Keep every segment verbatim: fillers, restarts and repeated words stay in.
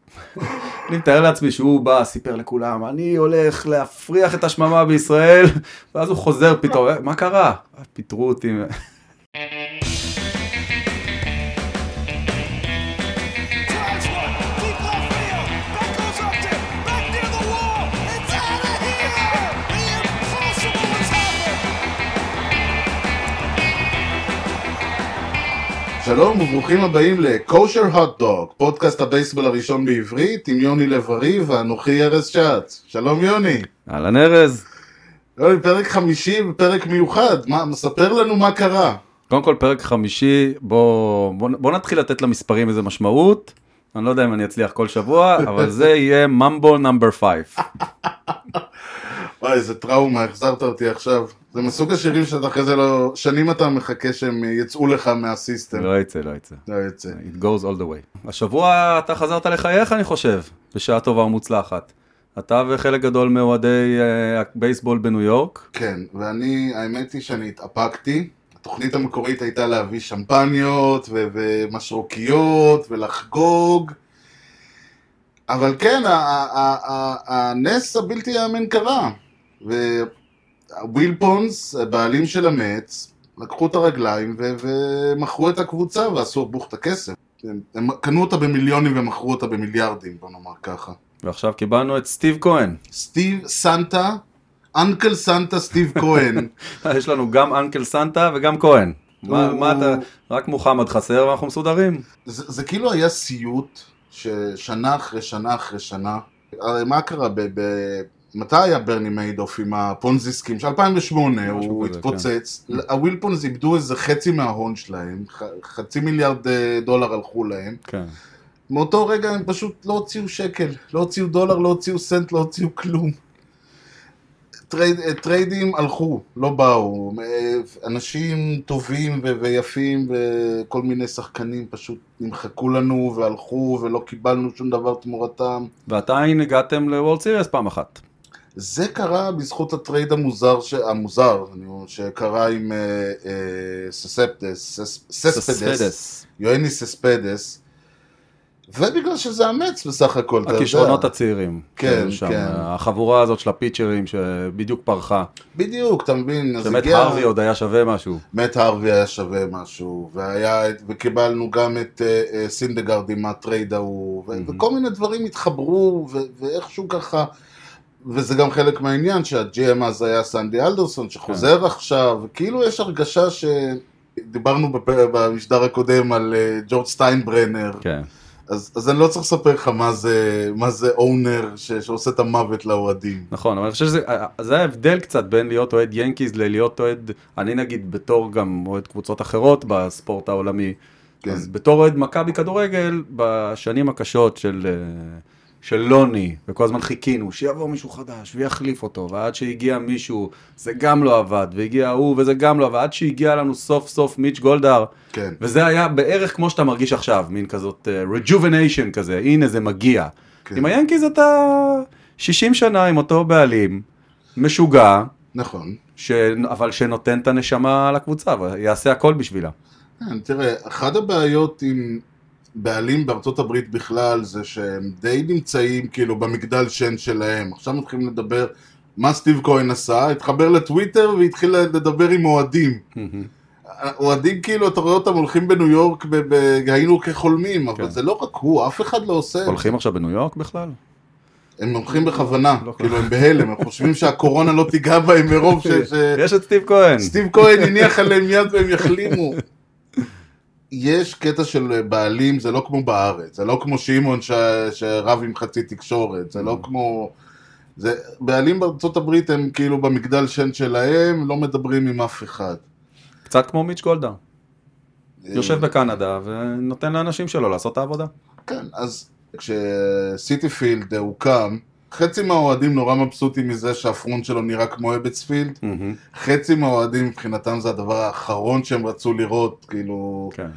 אני מתאר לעצמי שהוא בא, סיפר לכולם, אני הולך להפריח את השממה בישראל, ואז הוא חוזר פתאום, מה קרה? פיטרו אותי. שלום וברוכים הבאים ל-Kosher Hot Dog, פודקאסט הבייסבול הראשון בעברית, עם יוני לב-ארי ואנוכי ארז שץ. שלום יוני. אהלן ארז. יוני, פרק חמישי ופרק מיוחד, מה, מספר לנו מה קרה. קודם כל פרק חמישי, בוא, בוא, בוא נתחיל לתת למספרים איזה משמעות, אני לא יודע אם אני אצליח כל שבוע, אבל זה יהיה ממבו נאמבר פייב. וואי, איזה טראומה, החזרת אותי עכשיו. זה מסוג השירים שאתה אחרי זה לא, שנים אתה מחכה שהם יצאו לך מהסיסטם. לא יצא, לא יצא. לא יצא. It goes all the way. השבוע אתה חזרת לחייך, אני חושב, בשעה טובה ומוצלחת. אתה וחלק גדול מאוהדי הבייסבול בניו יורק. כן, ואני, האמת היא שאני התאפקתי. התוכנית המקורית הייתה להביא שמפניות ו- ומשרוקיות ולחגוג. אבל כן, הנס הבלתי יאמן קרה. וויל פונס, הבעלים של המץ, לקחו את הרגליים ו- ומכרו את הקבוצה ועשו בוך את הכסף. הם קנו אותה במיליונים ומכרו אותה במיליארדים, בוא נאמר ככה. ועכשיו קיבלנו את סטיב כהן. סטיב סנטה, אנקל סנטה סטיב כהן. יש לנו גם אנקל סנטה וגם כהן. מה, מה אתה, רק מוחמד חסר ואנחנו מסודרים. זה, זה כאילו היה סיוט ששנה אחרי שנה אחרי שנה. הרי מה קרה? ב, ב, מתי היה ברני מיידוף עם הפונזיסקים? של אלפיים ושמונה הוא כזה, התפוצץ. כן. הוויל פונז איבדו איזה חצי מההון שלהם, חצי מיליארד דולר הלכו להם. כן. מאותו רגע הם פשוט לא הוציאו שקל, לא הוציאו דולר, לא הוציאו סנט, לא הוציאו כלום. טרייד, טריידים הלכו, לא באו. אנשים טובים ו- ויפים וכל מיני שחקנים פשוט נמחקו לנו והלכו ולא קיבלנו שום דבר תמורתם. ועדיין הגעתם לוולד סיריוס פעם אחת. זה קרה בזכות הטרייד המוזר, ש... המוזר שקרה עם אה, אה, סספדס, סספדס, יואני סספדס. ובגלל שזה אמץ בסך הכל, אתה יודע. הכישרונות הצעירים. כן, שם, כן. החבורה הזאת של הפיצ'רים שבדיוק פרחה. בדיוק, אתה מבין. שמת הגיע... הרווי עוד היה שווה משהו. מת הרווי היה שווה משהו, והיה, וקיבלנו גם את uh, סינדגרד עם הטרייד ההוא, ו- mm-hmm. וכל מיני דברים התחברו, ו- ואיכשהו ככה, וזה גם חלק מהעניין שה-ג'י אם אז היה סנדי אלדרסון שחוזר כן. עכשיו, וכאילו יש הרגשה שדיברנו במשדר הקודם על uh, ג'ורג' סטיינברנר. כן. אז, אז אני לא צריך לספר לך מה זה, מה זה אונר ש, שעושה את המוות לאוהדים. נכון, אבל אני חושב שזה זה ההבדל קצת בין להיות אוהד ינקיז ללהיות אוהד, אני נגיד בתור גם אוהד קבוצות אחרות בספורט העולמי, כן. אז בתור אוהד מכבי כדורגל, בשנים הקשות של, של לוני, וכל הזמן חיכינו, שיבוא מישהו חדש ויחליף אותו, ועד שהגיע מישהו, זה גם לא עבד, והגיע הוא וזה גם לא עבד, עד שהגיע לנו סוף סוף מיץ' גולדהר, כן. וזה היה בערך כמו שאתה מרגיש עכשיו, מין כזאת uh, rejuvenation כזה, הנה זה מגיע. כן. עם היאנקיז אתה שישים שנה עם אותו בעלים, משוגע, נכון. ש... אבל שנותן את הנשמה לקבוצה, ויעשה הכל בשבילה. כן, תראה, אחת הבעיות עם בעלים בארצות הברית בכלל, זה שהם די נמצאים כאילו במגדל שן שלהם. עכשיו מתחילים לדבר מה סטיב כהן עשה, התחבר לטוויטר והתחיל לדבר עם אוהדים. אוהדים כאילו, אתה רואה אותם הולכים בניו יורק, היינו כחולמים, אבל זה לא רק הוא, אף אחד לא עושה. הולכים עכשיו בניו יורק בכלל? הם הולכים בכוונה, כאילו הם בהלם, הם חושבים שהקורונה לא תיגע בהם מרוב ש... יש את סטיב כהן. סטיב כהן הניח עליהם יד והם יחלימו. יש קטע של בעלים, זה לא כמו בארץ, זה לא כמו שימון ש... שרב עם חצי תקשורת, זה לא כמו... זה... בעלים בארצות הברית הם כאילו במגדל שן שלהם, לא מדברים עם אף אחד. קצת כמו מיץ' גולדהר. יושב בקנדה ונותן לאנשים שלו לעשות את העבודה. כן, אז כשסיטיפילד הוקם, חצי מהאוהדים נורא מבסוטים מזה שהפרונט שלו נראה כמו אבטספילד, mm-hmm. חצי מהאוהדים מבחינתם זה הדבר האחרון שהם רצו לראות, כאילו, כן.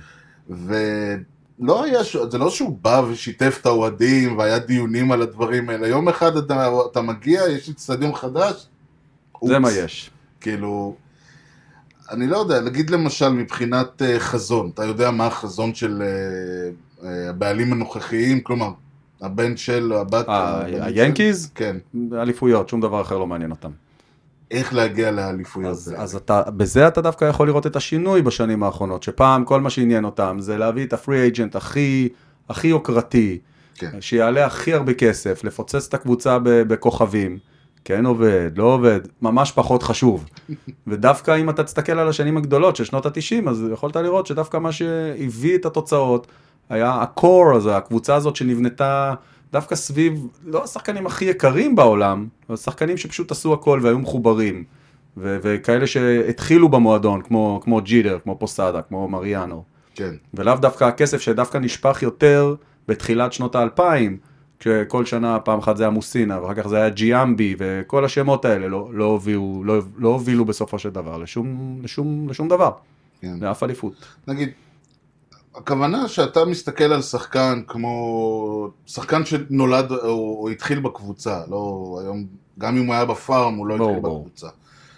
ולא היה, זה לא שהוא בא ושיתף את האוהדים והיה דיונים על הדברים האלה, יום אחד אתה, אתה מגיע, יש אצטדיון חדש, זה אופס, מה יש. כאילו, אני לא יודע, להגיד למשל מבחינת uh, חזון, אתה יודע מה החזון של uh, uh, הבעלים הנוכחיים, כלומר, הבן של, הבת... היאנקיז? כן. אליפויות, שום דבר אחר לא מעניין אותם. איך להגיע לאליפויות. אז, אז אתה, בזה אתה דווקא יכול לראות את השינוי בשנים האחרונות, שפעם כל מה שעניין אותם זה להביא את הפרי אייג'נט הכי, הכי יוקרתי, כן. שיעלה הכי הרבה כסף, לפוצץ את הקבוצה בכוכבים, כן עובד, לא עובד, ממש פחות חשוב. ודווקא אם אתה תסתכל על השנים הגדולות של שנות ה-תשעים, אז יכולת לראות שדווקא מה שהביא את התוצאות, היה הקור הזה, הקבוצה הזאת שנבנתה דווקא סביב, לא השחקנים הכי יקרים בעולם, אבל שחקנים שפשוט עשו הכל והיו מחוברים, ו- וכאלה שהתחילו במועדון, כמו, כמו ג'ידר, כמו פוסאדה, כמו מריאנו. כן. ולאו דווקא הכסף שדווקא נשפך יותר בתחילת שנות האלפיים, כשכל שנה פעם אחת זה היה מוסינה, ואחר כך זה היה ג'יאמבי, וכל השמות האלה לא, לא, הובילו, לא, לא הובילו בסופו של דבר, לשום, לשום, לשום דבר. כן. לאף אליפות. נגיד, הכוונה שאתה מסתכל על שחקן כמו, שחקן שנולד או, או התחיל בקבוצה, לא היום, גם אם הוא היה בפארם הוא לא בוא, התחיל בוא. בקבוצה.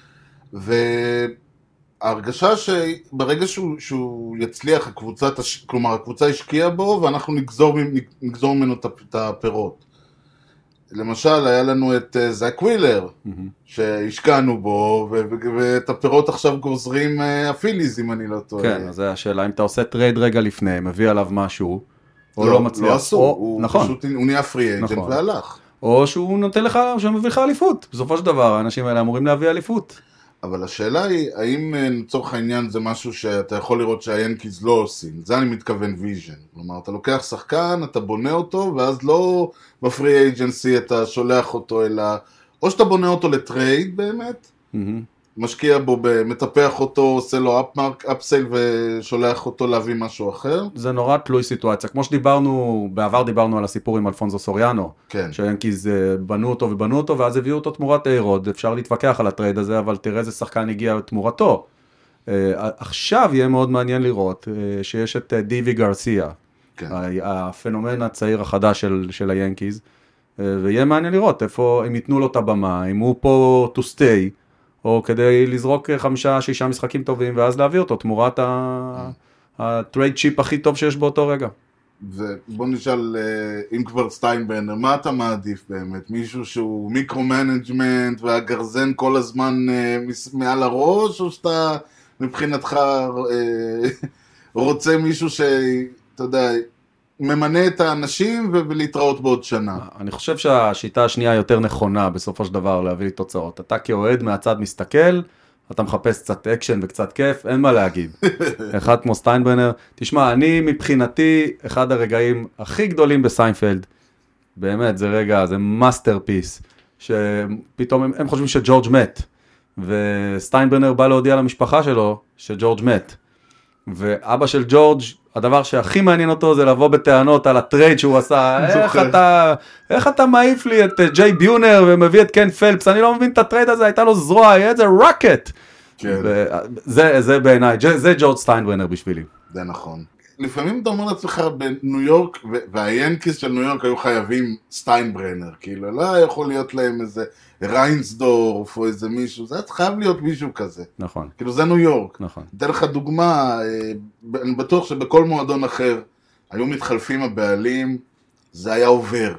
וההרגשה שברגע שהוא, שהוא יצליח, הקבוצה, כלומר הקבוצה השקיעה בו ואנחנו נגזור, נגזור ממנו את הפירות. למשל, היה לנו את זק ווילר, mm-hmm. שהשקענו בו, ו- ו- ואת הפירות עכשיו גוזרים הפיליז, אם אני לא טועה. כן, אז זה השאלה, אם אתה עושה טרייד רגע לפני, מביא עליו משהו, או לא, לא מצליח. לא עשו, או, הוא נכון. פשוט, הוא נהיה פרי אייג'נט נכון. והלך. או שהוא נותן לך, שהוא מביא לך אליפות. בסופו של דבר, האנשים האלה אמורים להביא אליפות. אבל השאלה היא, האם לצורך העניין זה משהו שאתה יכול לראות שהיאנקיז לא עושים? זה אני מתכוון ויז'ן. כלומר, אתה לוקח שחקן, אתה בונה אותו, ואז לא בפרי אייג'נסי אתה שולח אותו אלא, או שאתה בונה אותו לטרייד באמת, mm-hmm. משקיע בו, מטפח אותו, עושה לו אפסייל ושולח אותו להביא משהו אחר. זה נורא תלוי סיטואציה. כמו שדיברנו, בעבר דיברנו על הסיפור עם אלפונזו סוריאנו, כן. שהיאנקיז בנו אותו ובנו אותו, ואז הביאו אותו תמורת אירוד. אפשר להתווכח על הטרייד הזה, אבל תראה איזה שחקן הגיע תמורתו. עכשיו יהיה מאוד מעניין לראות שיש את דיווי גרסיה, כן. הפנומן הצעיר החדש של, של היאנקיז, ויהיה מעניין לראות איפה הם ייתנו לו את הבמה, אם הוא פה to stay, או כדי לזרוק חמישה, שישה משחקים טובים, ואז להביא אותו תמורת הטרייד צ'יפ הכי טוב שיש באותו רגע. ובוא נשאל, אם כבר סטיינברנר, מה אתה מעדיף באמת? מישהו שהוא מיקרו-מנג'מנט והגרזן כל הזמן מעל הראש, או שאתה מבחינתך רוצה מישהו שאתה יודע, ממנה את האנשים ולהתראות בעוד שנה? אני חושב שהשיטה השנייה יותר נכונה בסופו של דבר להביא לי תוצאות. אתה כאוהד מהצד מסתכל, אתה מחפש קצת אקשן וקצת כיף, אין מה להגיד. אחד כמו סטיינברנר. תשמע, אני מבחינתי, אחד הרגעים הכי גדולים בסיינפלד, באמת, זה רגע, זה מאסטרפיס, שפתאום הם, הם חושבים שג'ורג' מת, וסטיינברנר בא להודיע למשפחה שלו שג'ורג' מת. ואבא של ג'ורג', הדבר שהכי מעניין אותו זה לבוא בטענות על הטרייד שהוא עשה, איך אתה, איך אתה מעיף לי את ג'יי ביונר ומביא את קן פלפס, אני לא מבין את הטרייד הזה, הייתה לו זרוע, היה איזה רוקט. זה, זה בעיניי, זה ג'ורג' סטיינברנר בשבילי. זה נכון. לפעמים אתה אומר לעצמך בניו יורק, והיאנקיס של ניו יורק היו חייבים סטיינברנר, כאילו לא יכול להיות להם איזה ריינסדורף או איזה מישהו, זה חייב להיות מישהו כזה. נכון. כאילו זה ניו יורק. נכון. אתן לך דוגמה, אני בטוח שבכל מועדון אחר היו מתחלפים הבעלים, זה היה עובר.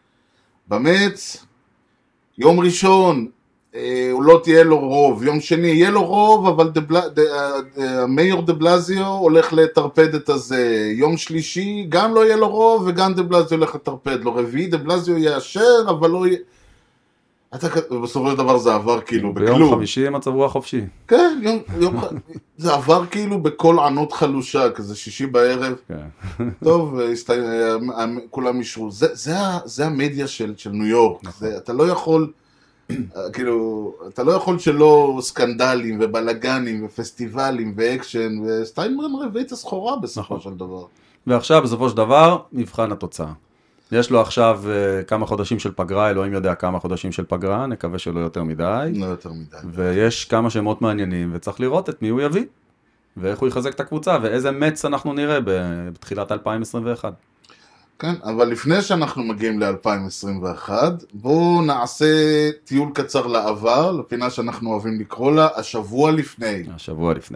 במץ, יום ראשון, הוא לא תהיה לו רוב, יום שני יהיה לו רוב, אבל המאיור דה בלזיו הולך לטרפד את הזה, יום שלישי גם לא יהיה לו רוב, וגם דה בלזיו הולך לטרפד לו, רביעי דה בלזיו יאשר, אבל לא יהיה... בסופו של דבר זה עבר כאילו בכלום. ביום חמישי מצב רוח חופשי. כן, יום, יום, זה עבר כאילו בכל ענות חלושה, כזה שישי בערב. טוב, כולם ישרו. זה, זה, זה המדיה של, של ניו יורק. זה, אתה לא יכול... כאילו, אתה לא יכול שלא סקנדלים ובלגנים ופסטיבלים ואקשן, וסטיינברנר הביא את הסחורה בסופו של דבר. ועכשיו, בסופו של דבר, מבחן התוצאה. יש לו עכשיו uh, כמה חודשים של פגרה, אלוהים יודע כמה חודשים של פגרה, נקווה שלא יותר מדי. לא יותר מדי. ויש כמה שמות מעניינים, וצריך לראות את מי הוא יביא, ואיך הוא יחזק את הקבוצה, ואיזה מצ אנחנו נראה בתחילת אלפיים עשרים ואחת. כן, אבל לפני שאנחנו מגיעים ל-אלפיים עשרים ואחת, בואו נעשה טיול קצר לעבר, לפינה שאנחנו אוהבים לקרוא לה, השבוע לפני. השבוע לפני.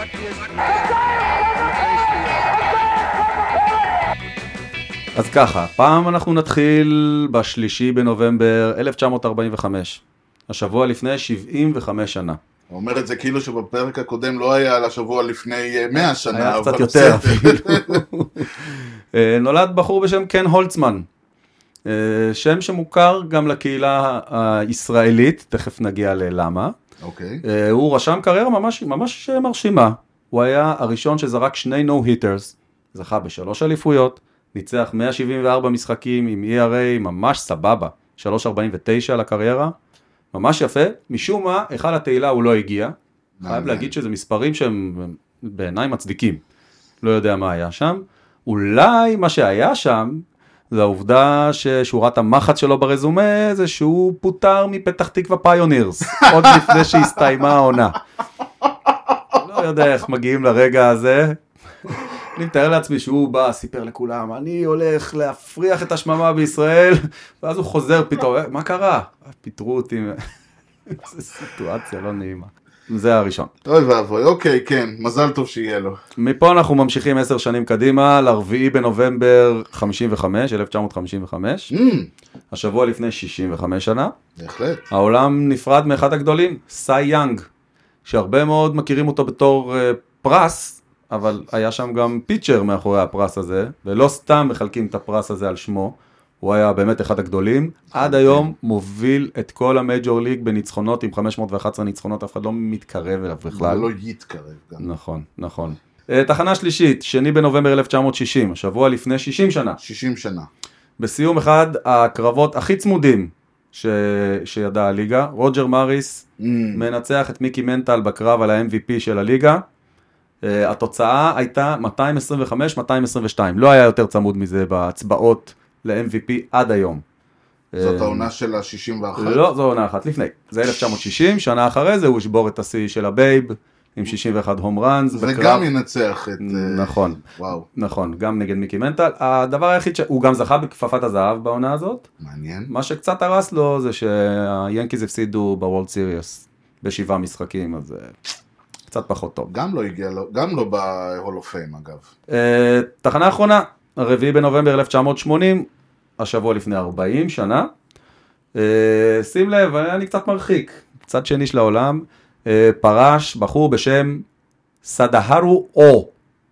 אז ככה, פעם אנחנו נתחיל בשלישי בנובמבר אלף תשע מאות ארבעים וחמש, השבוע לפני שבעים וחמש שנה. הוא אומר את זה כאילו שבפרק הקודם לא היה על השבוע לפני מאה שנה. היה קצת יותר אפילו. נולד בחור בשם קן הולצמן, שם שמוכר גם לקהילה הישראלית, תכף נגיע ללמה. אוקיי. הוא רשם קריירה ממש, ממש מרשימה. הוא היה הראשון שזרק שני נו-היטרס, זכה בשלוש אליפויות, ניצח מאה שבעים וארבע משחקים עם אי אר איי ממש סבבה, שלוש ארבעים ותשע לקריירה, ממש יפה. משום מה, אחד התהילה הוא לא הגיע. חייב להגיד שזה מספרים שהם בעיניי מצדיקים. לא יודע מה היה שם. אולי מה שהיה שם, זה העובדה ששורת המחץ שלו ברזומה, זה שהוא פוטר מפתח תקווה פיונירס, עוד לפני שהסתיימה העונה. לא יודע איך מגיעים לרגע הזה. אני מתאר לעצמי שהוא בא, סיפר לכולם, אני הולך להפריח את השממה בישראל, ואז הוא חוזר פתאום, מה קרה? פיטרו אותי, זו סיטואציה לא נעימה. זה הראשון. אוי ואבוי, אוקיי, כן, מזל טוב שיהיה לו. מפה אנחנו ממשיכים עשר שנים קדימה, לרביעי בנובמבר חמישים וחמש, אלף תשע מאות חמישים וחמש, mm. השבוע לפני שישים וחמש שנה. בהחלט. העולם נפרד מאחד הגדולים, סי יאנג, שהרבה מאוד מכירים אותו בתור uh, פרס, אבל היה שם גם פיצ'ר מאחורי הפרס הזה, ולא סתם מחלקים את הפרס הזה על שמו, הוא היה באמת אחד הגדולים, עד היום מוביל את כל המייג'ור ליג בניצחונות עם חמש מאות ואחת עשרה ניצחונות, אף אחד לא מתקרב אליו בכלל. לא יתקרב גם. נכון, נכון. תחנה שלישית, שני בנובמבר אלף תשע מאות שישים, השבוע לפני שישים שנה. שישים שנה. בסיום אחד הקרבות הכי צמודים ש... שידעה הליגה, רוג'ר מריס mm. מנצח את מיקי מנטל בקרב על ה-אם וי פי של הליגה, Uh, התוצאה הייתה מאתיים עשרים וחמש מאתיים עשרים ושתיים, לא היה יותר צמוד מזה בהצבעות ל-אם וי פי עד היום. זאת uh, העונה של ה-שישים ואחת? לא, זו העונה אחת לפני, זה אלף תשע מאות שישים, שנה אחרי זה הוא ישבור את השיא של הבייב, עם שישים ואחת הום ראנס. זה בקרב... גם ינצח את... נכון, וואו. נכון, גם נגד מיקי מנטל. הדבר היחיד שהוא גם זכה בכפפת הזהב בעונה הזאת. מעניין. מה שקצת הרס לו זה שהיאנקיז הפסידו בוורלד סיריוס בשבעה משחקים, אז... קצת פחות טוב. גם לא הגיע לו, גם לא בהול אוף פיים אגב. Uh, תחנה אחרונה, הרביעי בנובמבר אלף תשע מאות שמונים, השבוע לפני ארבעים שנה. Uh, שים לב, אני קצת מרחיק, קצת שני של העולם, uh, פרש בחור בשם סדהרו או,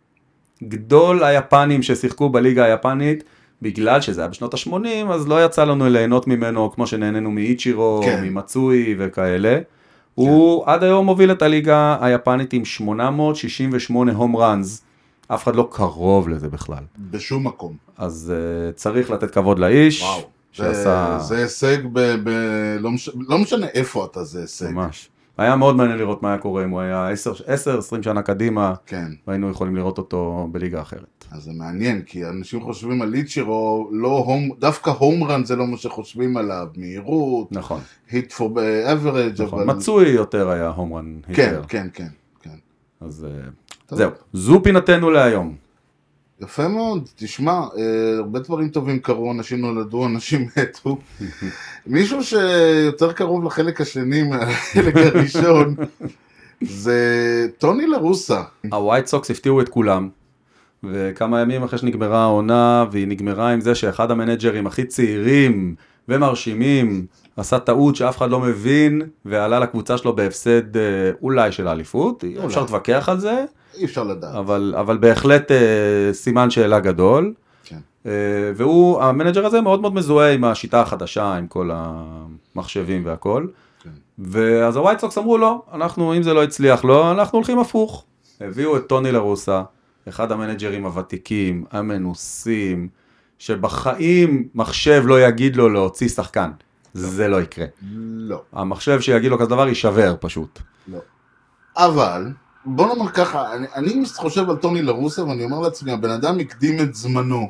גדול היפנים ששיחקו בליגה היפנית, בגלל שזה היה בשנות ה-שמונים, אז לא יצא לנו ליהנות ממנו כמו שנהנינו מאיצ'ירו, כן. ממצוי וכאלה. הוא עד היום מוביל את הליגה היפנית עם שמונה מאות שישים ושמונה הום ראנס, אף אחד לא קרוב לזה בכלל. בשום מקום. אז uh, צריך לתת כבוד לאיש. וואו, שעשה... זה, זה הישג, ב, ב, לא, מש... לא משנה איפה אתה, זה הישג. ממש. היה מאוד מעניין לראות מה היה קורה, אם הוא היה עשר עשרים שנה קדימה, כן. והיינו יכולים לראות אותו בליגה אחרת. אז זה מעניין, כי אנשים חושבים על איצ'ירו, לא הום, דווקא הום רן זה לא מה שחושבים עליו, מהירות, נכון. hit for average, נכון. אבל... מצוי יותר היה הום רן. כן, כן, כן, כן. אז טוב. זהו, זו פינתנו להיום. יפה מאוד, תשמע, הרבה דברים טובים קרו, אנשים נולדו, אנשים מתו. מישהו שיותר קרוב לחלק השני מהחלק הראשון, זה טוני לרוסה. הווייט סוקס הפתיעו את כולם, וכמה ימים אחרי שנגמרה העונה, והיא נגמרה עם זה שאחד המנג'רים הכי צעירים ומרשימים, עשה טעות שאף אחד לא מבין, ועלה לקבוצה שלו בהפסד אולי של האליפות, אפשר להתווכח על זה. אי אפשר לדעת. אבל, אבל בהחלט אה, סימן שאלה גדול. כן. אה, והוא, המנג'ר הזה מאוד מאוד מזוהה עם השיטה החדשה, עם כל המחשבים והכל. כן. ואז הווייט סוקס אמרו לו, אנחנו, אם זה לא הצליח לו, אנחנו הולכים הפוך. הביאו את טוני לרוסה, אחד המנג'רים הוותיקים, המנוסים, שבחיים מחשב לא יגיד לו להוציא שחקן. לא. זה לא יקרה. לא. המחשב שיגיד לו כזה דבר יישבר פשוט. לא. אבל... בוא נאמר ככה, אני, אני חושב על טוני לרוסה, ואני אומר לעצמי, הבן אדם הקדים את זמנו.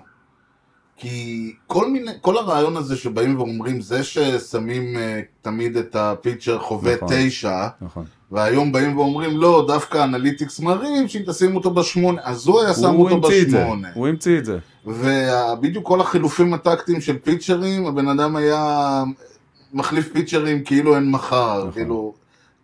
כי כל מיני, כל הרעיון הזה שבאים ואומרים, זה ששמים uh, תמיד את הפיצ'ר חווה נכון, תשע, נכון. והיום באים ואומרים, לא, דווקא אנליטיקס מראים, שאם תשים אותו בשמונה, אז הוא היה שם הוא אותו בשמונה. הוא המציא את זה. ובדיוק כל החילופים הטקטיים של פיצ'רים, הבן אדם היה מחליף פיצ'רים כאילו אין מחר, נכון. כאילו...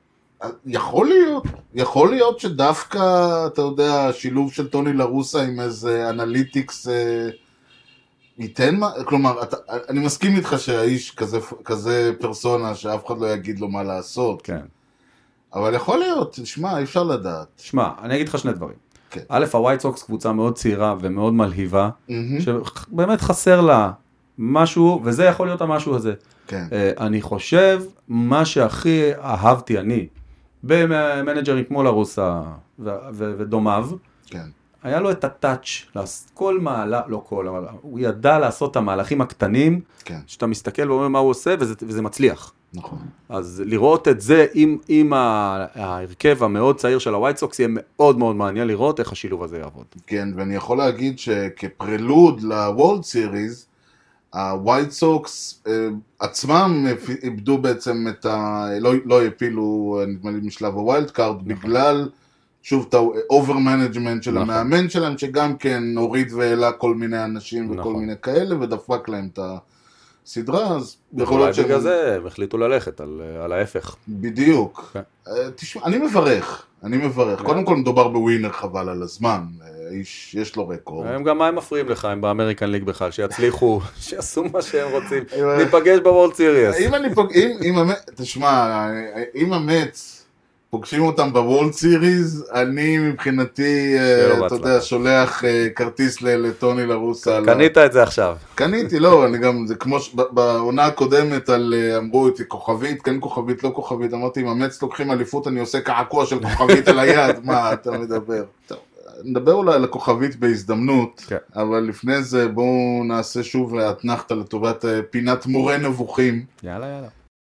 יכול להיות, יכול להיות שדווקא, אתה יודע, שילוב של טוני לרוסה עם איזה אנליטיקס ייתן מה, כלומר, אתה, אני מסכים איתך שהאיש כזה, כזה פרסונה שאף אחד לא יגיד לו מה לעשות. כן. אבל יכול להיות, שמע, אי אפשר לדעת. שמע, אני אגיד לך שני דברים. כן. א', הווייט סוקס קבוצה מאוד צעירה ומאוד מלהיבה, שבאמת חסר לה משהו, וזה יכול להיות המשהו הזה. כן. אני חושב, מה שהכי אהבתי אני, במנג'רים כמו לרוסה ודומיו, כן. היה לו את הטאץ', כל מעלה, לא כל, אבל הוא ידע לעשות את המהלכים הקטנים, כן. שאתה מסתכל ואומר מה הוא עושה, וזה, וזה מצליח. נכון. אז לראות את זה עם, עם ההרכב המאוד צעיר של הווייט סוקס, יהיה מאוד מאוד מעניין לראות איך השילוב הזה יעבוד. כן, ואני יכול להגיד שכפרלוד לוורלד סיריז, הווייט סוקס עצמם איבדו בעצם את ה... לא, לא הפילו, נדמה לי, משלב הווילד קארד, בגלל, שוב, את האובר מנג'מנט של המאמן שלהם, שגם כן הוריד והעלה כל מיני אנשים וכל מיני כאלה, ודפק להם את הסדרה, אז יכול להיות בגלל זה הם החליטו ללכת על ההפך. בדיוק. תשמע, אני מברך, אני מברך. קודם כל מדובר בווינר חבל על הזמן, איש, יש לו רקורד. הם גם מה הם מפריעים לך, הם באמריקן ליג בכלל, שיצליחו, שיעשו מה שהם רוצים, ניפגש בוורלד סיריוס. אם אני פוג... אם, אם, תשמע, אם המץ פוגשים אותם בוורלד סיריז, אני מבחינתי, אתה יודע, שולח כרטיס לטוני לרוסה. קנית את זה עכשיו. קניתי, לא, אני גם, זה כמו בעונה הקודמת, אמרו אותי כוכבית, כן כוכבית, לא כוכבית, אמרתי, אם המץ לוקחים אליפות, אני עושה קעקוע של כוכבית על היד, מה אתה מדבר? טוב. נדבר אולי על הכוכבית בהזדמנות, כן. אבל לפני זה בואו נעשה שוב אתנחתא לטובת פינת מורה נבוכים. יאללה, יאללה.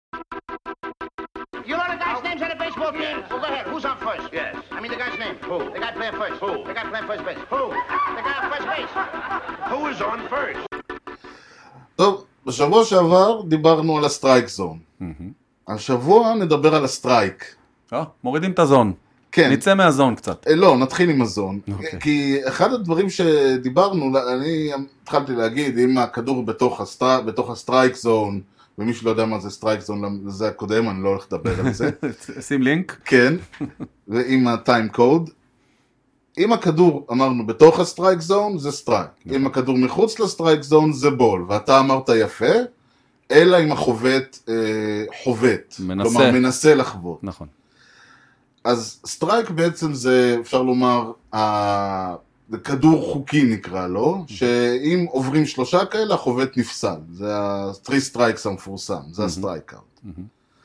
You know the guy's names on the baseball team? Well, go ahead. Who's on first? Yes. I mean the guy's name. Who? The guy playing first. Who? The guy playing first base. Who? The guy on first base. Who is on first? טוב, בשבוע שעבר דיברנו על הסטרייק זון. השבוע נדבר על הסטרייק. אה, מורידים את הזון. כן. נצא מהזון קצת. לא, נתחיל עם הזון. Okay. כי אחד הדברים שדיברנו, אני התחלתי להגיד, אם הכדור בתוך, הסטר... בתוך הסטרייק זון, ומי שלא יודע מה זה סטרייק זון, זה הקודם, אני לא הולך לדבר על זה. שים לינק. כן, ועם הטיים קוד. אם הכדור, אמרנו, בתוך הסטרייק זון, זה סטרייק. אם הכדור מחוץ לסטרייק זון, זה בול. ואתה אמרת יפה, אלא אם החובט אה, חובט. מנסה. כלומר, מנסה לחבוט. נכון. אז סטרייק בעצם זה, אפשר לומר, זה כדור חוקי נקרא לו, שאם עוברים שלושה כאלה, החובט נפסל. זה ה-three strikes המפורסם, זה הסטרייק אאוט.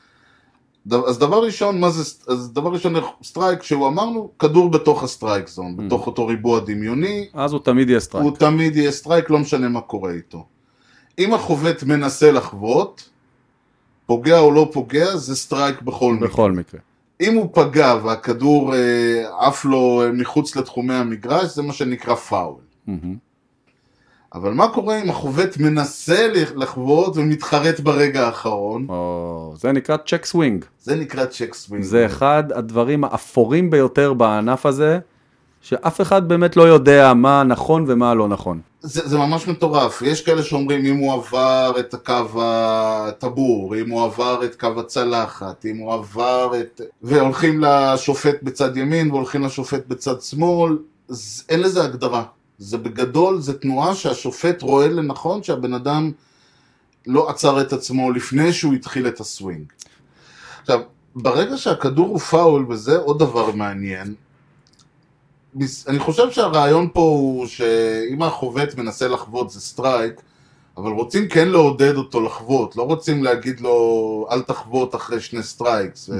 אז דבר ראשון, מה זה, אז דבר ראשון, סטרייק, שהוא אמרנו, כדור בתוך הסטרייק זון, בתוך אותו ריבוע דמיוני. אז הוא תמיד יהיה סטרייק. הוא תמיד יהיה סטרייק, לא משנה מה קורה איתו. אם החובט מנסה לחבוט, פוגע או לא פוגע, זה סטרייק בכל מקרה. בכל מקרה. אם הוא פגע והכדור אה, עף לו אה, מחוץ לתחומי המגרש, זה מה שנקרא פאול. Mm-hmm. אבל מה קורה אם החובט מנסה לחבוט ומתחרט ברגע האחרון? או, זה נקרא צ'ק סווינג. זה נקרא צ'ק סווינג. זה אחד הדברים האפורים ביותר בענף הזה, שאף אחד באמת לא יודע מה נכון ומה לא נכון. זה, זה ממש מטורף. יש כאלה שאומרים אם הוא עבר את הקו הטבור, אם הוא עבר את קו הצלחת, אם הוא עבר את... והולכים לשופט בצד ימין והולכים לשופט בצד שמאל, זה, אין לזה הגדרה. זה בגדול, זה תנועה שהשופט רואה לנכון שהבן אדם לא עצר את עצמו לפני שהוא התחיל את הסווינג. עכשיו, ברגע שהכדור הוא פאול, וזה עוד דבר מעניין, אני חושב שהרעיון פה הוא שאם החובט מנסה לחבוט זה סטרייק, אבל רוצים כן לעודד אותו לחבוט, לא רוצים להגיד לו אל תחבוט אחרי שני סטרייקס.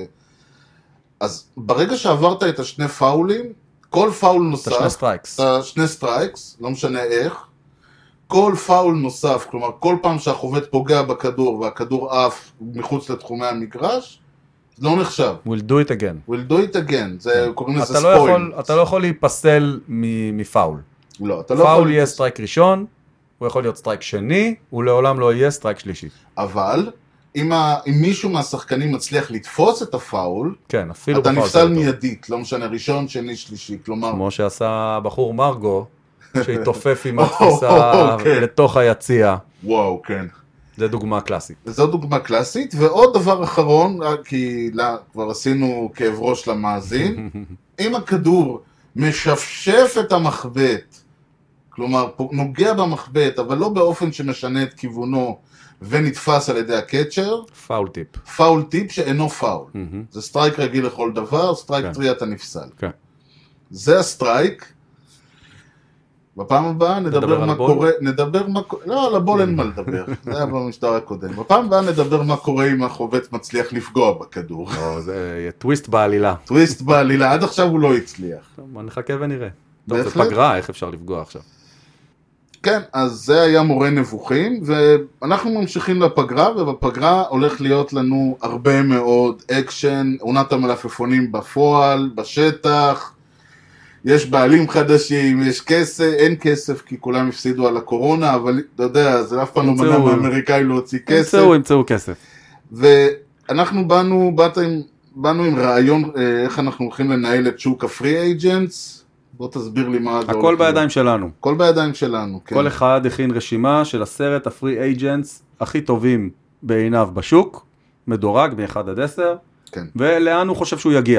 אז ברגע שעברת את השני פאולים, כל פאול נוסף, שני סטרייקס. שני סטרייקס, לא משנה איך, כל פאול נוסף, כלומר כל פעם שהחובט פוגע בכדור והכדור עף מחוץ לתחומי המגרש, זה לא נחשב. We'll do it again. We'll do it again. זה קוראים לזה ספוילס. ספוילס. אתה לא יכול להיפסל מפאול. לא, אתה לא יכול... פאול יהיה סטרייק ראשון, הוא יכול להיות סטרייק שני, הוא לעולם לא יהיה סטרייק שלישי. אבל, אם, ה... אם מישהו מהשחקנים מצליח לתפוס את הפאול, כן, אפילו אתה נפסל מיידית, לא משנה, ראשון, שני, שלישי, כלומר... כמו שעשה בחור מרגו, שהתופף עם התפיסה לתוך היציאה. וואו, כן. זה דוגמה קלאסית. זו דוגמה קלאסית, ועוד דבר אחרון, כי לה, כבר עשינו כאב ראש למאזין, אם הכדור משפשף את המחבט, כלומר נוגע במחבט, אבל לא באופן שמשנה את כיוונו, ונתפס על ידי הקצ'ר, פאול טיפ. פאול טיפ שאינו פאול. Mm-hmm. זה סטרייק רגיל לכל דבר, סטרייק כן. טרי אתה נפסל. כן. זה הסטרייק. בפעם הבאה נדבר נדבר על מה הבול? קורה, נדבר מה קורה, לא, על הבול אין מה לדבר, זה היה במשטר הקודם. בפעם הבאה נדבר מה קורה אם החובט מצליח לפגוע בכדור. לא, זה יהיה טוויסט בעלילה. טוויסט בעלילה, עד עכשיו הוא לא הצליח. טוב, נחכה ונראה. טוב, זה בהחלט. פגרה, איך אפשר לפגוע עכשיו? כן, אז זה היה מורה נבוכים, ואנחנו ממשיכים לפגרה, ובפגרה הולך להיות לנו הרבה מאוד אקשן, עונת המלפפונים בפועל, בשטח, יש בעלים חדשים, יש כסף, אין כסף כי כולם הפסידו על הקורונה, אבל אתה יודע, זה אף פעם לא מנע מהאמריקאים להוציא כסף. ימצאו, ימצאו כסף. ואנחנו באנו, באת עם, באנו עם רעיון איך אנחנו הולכים לנהל את שוק הפרי אייג'נטס, בוא תסביר לי מה זה. הכל בידיים שלנו. הכל בידיים שלנו, כן. כל אחד הכין רשימה של עשרת הפרי אייג'נטס הכי טובים בעיניו בשוק, מדורג מ-אחד עד עשר, כן. ולאן הוא חושב שהוא יגיע.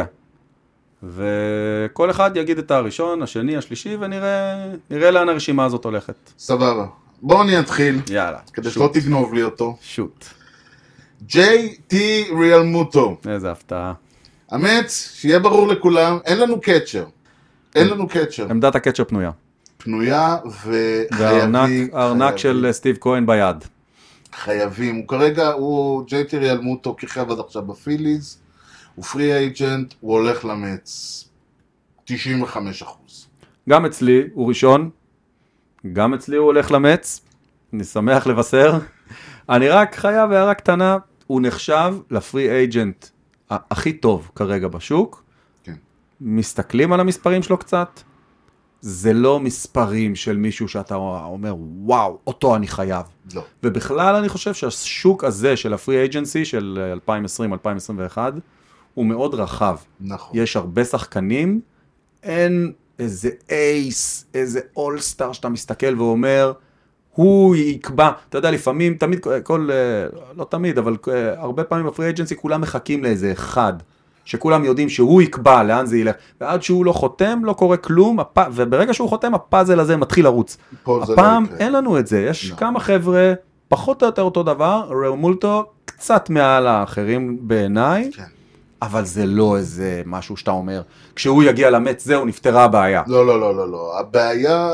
וכל אחד יגיד את הראשון, השני, השלישי, ונראה נראה לאן הרשימה הזאת הולכת. סבבה. בואו אני אתחיל. יאללה. כדי שלא תגנוב לי אותו. שוט. ג'יי טי ריאלמוטו. איזה הפתעה. אמץ, שיהיה ברור לכולם, אין לנו קצ'ר. אין לנו קצ'ר. עמדת הקצ'ר פנויה. פנויה וחייבים. והארנק של סטיב כהן ביד. חייבים. הוא כרגע, הוא ג'יי טי ריאלמוטו כיכב עד עכשיו בפיליז. הוא פרי אייג'נט, הוא הולך למץ. תשעים וחמישה אחוז. גם אצלי הוא ראשון. גם אצלי הוא הולך למץ. אני שמח לבשר. אני רק חייב הערה קטנה. הוא נחשב לפרי אייג'נט הכי טוב כרגע בשוק. כן. מסתכלים על המספרים שלו קצת. זה לא מספרים של מישהו שאתה אומר, וואו, אותו אני חייב. לא. ובכלל אני חושב שהשוק הזה של הפרי אייג'נסי של אלפיים עשרים אלפיים עשרים ואחת, הוא מאוד רחב. נכון. יש הרבה שחקנים, אין איזה אייס, איזה אולסטאר שאתה מסתכל ואומר, הוא יקבע, אתה יודע, לפעמים, תמיד, כל, לא תמיד, אבל הרבה פעמים בפרי אייג'נסי כולם מחכים לאיזה אחד, שכולם יודעים שהוא יקבע לאן זה ילך, ועד שהוא לא חותם, לא קורה כלום, הפ... וברגע שהוא חותם, הפאזל הזה מתחיל לרוץ. הפעם לא אין לנו את זה, יש no. כמה חבר'ה, פחות או יותר אותו דבר, ריאלמוטו קצת מעל האחרים בעיניי, כן. אבל זה לא איזה משהו שאתה אומר, כשהוא יגיע למץ, זהו, נפתרה הבעיה. לא, לא, לא, לא, לא, הבעיה...